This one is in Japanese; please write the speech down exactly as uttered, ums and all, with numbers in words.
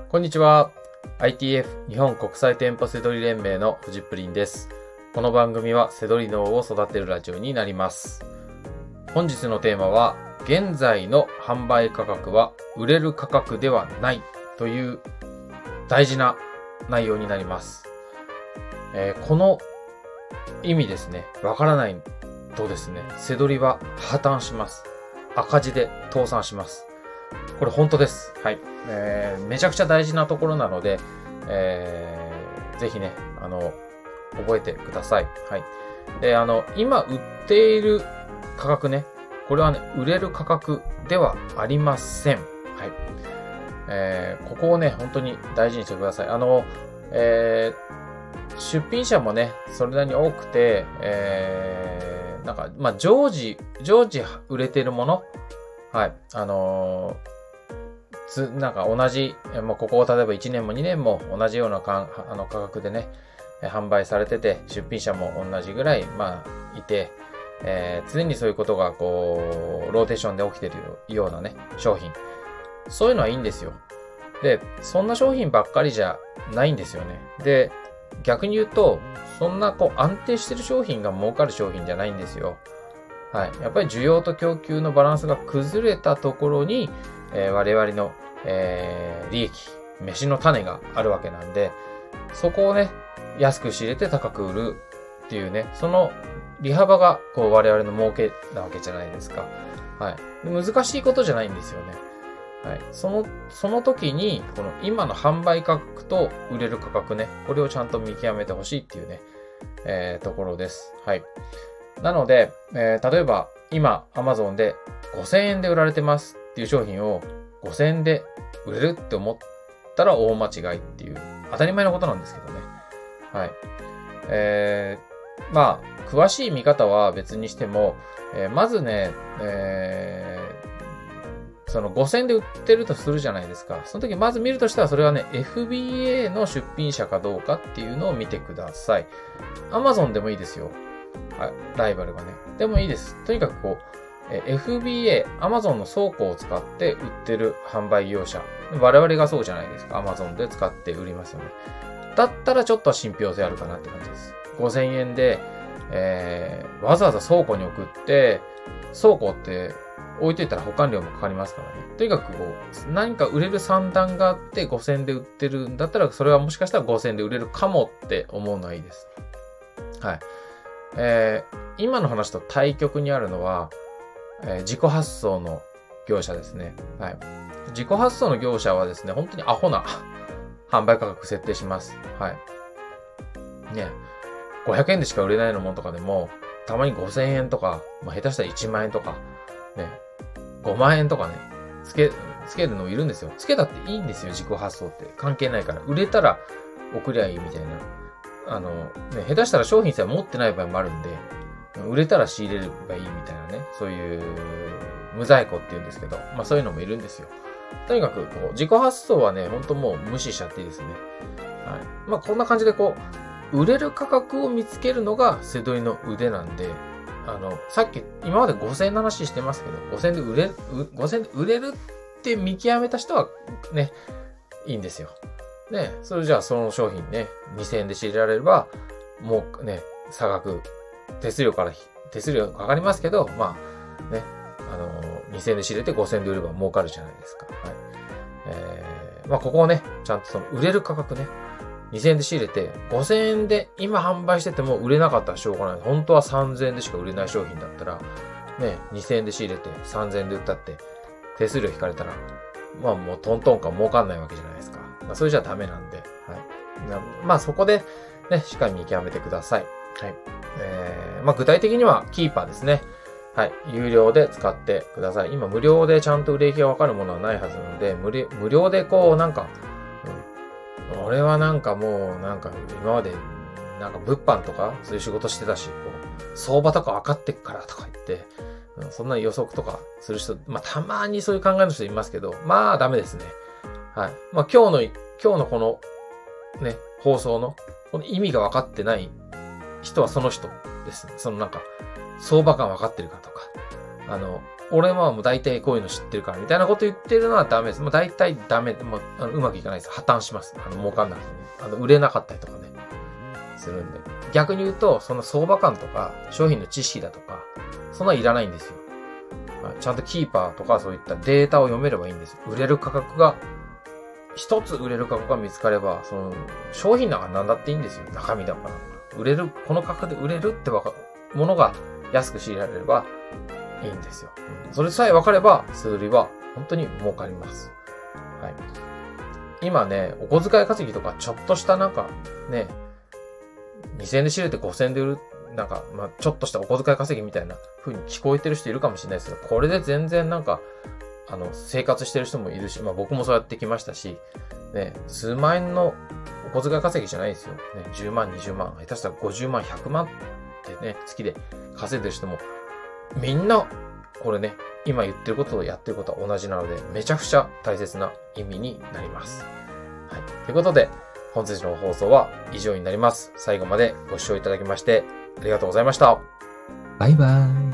こんにちは。アイティーエフ 日本国際店舗セドリ連盟のフジプリンです。この番組はセドリ脳を育てるラジオになります。本日のテーマは、現在の販売価格は売れる価格ではないという大事な内容になります。えー、この意味ですね、わからないとですね、セドリは破綻します。赤字で倒産します。これ本当です。はい。えー、めちゃくちゃ大事なところなので、えー、ぜひね、あの、覚えてください。はい。で、あの、今売っている価格ね、これはね、売れる価格ではありません。はい。えー、ここをね、本当に大事にしてください。あの、えー、出品者もね、それなりに多くて、えー、なんか、まあ、常時、常時売れているもの、はい。あのー、つ、なんか同じ、もうここを例えばいちねんもにねんも同じようなかんあの価格でね、販売されてて、出品者も同じぐらい、まあ、いて、えー、常にそういうことが、こう、ローテーションで起きてるようなね、商品。そういうのはいいんですよ。で、そんな商品ばっかりじゃないんですよね。で、逆に言うと、そんなこう安定してる商品が儲かる商品じゃないんですよ。はい。やっぱり需要と供給のバランスが崩れたところに、えー、我々の、えー、利益、飯の種があるわけなんで、そこをね、安く仕入れて高く売るっていうね、その利幅がこう我々の儲けなわけじゃないですか。はい。難しいことじゃないんですよね。はい。その、その時に、この今の販売価格と売れる価格ね、これをちゃんと見極めてほしいっていうね、えー、ところです。はい。なので、えー、例えば今 Amazon でごせんえんで売られてますっていう商品をごせんえんで売れるって思ったら大間違いっていう当たり前のことなんですけどね。はい。えー、まあ、詳しい見方は別にしても、えー、まずね、えー、そのごせんえんで売ってるとするじゃないですか。その時まず見るとしたらそれはね、エフビーエー の出品者かどうかっていうのを見てください。Amazon でもいいですよ。はい、ライバルがね。でもいいです。とにかくこう、エフビーエー、Amazon の倉庫を使って売ってる販売業者。我々がそうじゃないですか。Amazon で使って売りますよね。だったらちょっと信憑性あるかなって感じです。ごせんえんで、えー、わざわざ倉庫に送って、倉庫って置いといたら保管料もかかりますからね。とにかくこう、何か売れる算段があってごせんえんで売ってるんだったら、それはもしかしたらごせんえんで売れるかもって思うのはいいです。はい。えー、今の話と対極にあるのは、えー、自己発送の業者ですね。はい。自己発送の業者はですね、本当にアホな販売価格設定します。はい。ね、ごひゃくえんでしか売れないようなものとかでも、たまにごせんえんとか、まあ、下手したらいちまんえんとか、ね、ごまんえんとかね、つけ、つけるのいるんですよ。つけたっていいんですよ、自己発送って。関係ないから。売れたら送りゃいいみたいな。あの、ね、下手したら商品さえ持ってない場合もあるんで、売れたら仕入れればいいみたいなね、そういう無在庫って言うんですけど、まあそういうのもいるんですよ。とにかく、こう、自己発送はね、ほんともう無視しちゃっていいですね。はい。まあこんな感じでこう、売れる価格を見つけるのがセドリの腕なんで、あの、さっき、今までごせんえんの話してますけど、ごせんえんで売れる、ごせんえんで売れるって見極めた人はね、いいんですよ。ね、それじゃあその商品ね、にせんえんで仕入れられれば、もうね、差額、手数料から、手数料かかりますけど、まあ、ね、あのー、にせんえんで仕入れてごせんえんで売れば儲かるじゃないですか。はい。えー、まあここをね、ちゃんとその売れる価格ね、にせんえんで仕入れて、ごせんえんで今販売してても売れなかったらしょうがない。本当はさんぜんえんでしか売れない商品だったら、ね、にせんえんで仕入れてさんぜんえんで売ったって、手数料引かれたら、まあもうトントンか儲かんないわけじゃないですか。まあ、それじゃダメなんで、はい。まあそこでね、しっかり見極めてください。はい。えー、まあ具体的にはキーパーですね。はい。有料で使ってください。今無料でちゃんと売れ行きがわかるものはないはずなので、無料、無料でこうなんか、うん、俺はなんかもうなんか今までなんか物販とかそういう仕事してたし、こう、相場とか分かってっからとか言って、うん、そんな予測とかする人、まあたまにそういう考えの人いますけど、まあダメですね。はい。まあ今日の、今日のこのね、放送のこの意味が分かってない人はその人です。そのなんか、相場感分かってるかとか、あの、 俺はもう大体こういうの知ってるからみたいなこと言ってるのはダメです。もう大体ダメ。もうあのうまくいかないです。破綻します。あの儲かんなくてね。あの売れなかったりとかね。するんで。逆に言うと、その相場感とか商品の知識だとか、そんなのいらないんですよ。ちゃんとキーパーとかそういったデータを読めればいいんですよ。売れる価格が、一つ売れる価格が見つかれば、その商品なんか何だっていいんですよ。中身だから。売れる、この価格で売れるってわかるものが安く仕入れられればいいんですよ。それさえ分かれば、素売りは本当に儲かります。はい。今ね、お小遣い稼ぎとかちょっとしたなんかね、にせんえんで仕入れてごせんえんで売る、なんか、まあ、ちょっとしたお小遣い稼ぎみたいな風に聞こえてる人いるかもしれないですけど、これで全然なんか、あの、生活してる人もいるし、まあ僕もそうやってきましたし、ね、数万円のお小遣い稼ぎじゃないですよ。ね、じゅうまん、にじゅうまん、下手したらごじゅうまん、ひゃくまんってね、月で稼いでる人も、みんな、これね、今言ってることとやってることは同じなので、めちゃくちゃ大切な意味になります。はい。ということで、本日の放送は以上になります。最後までご視聴いただきましてありがとうございました。 バイバーイ。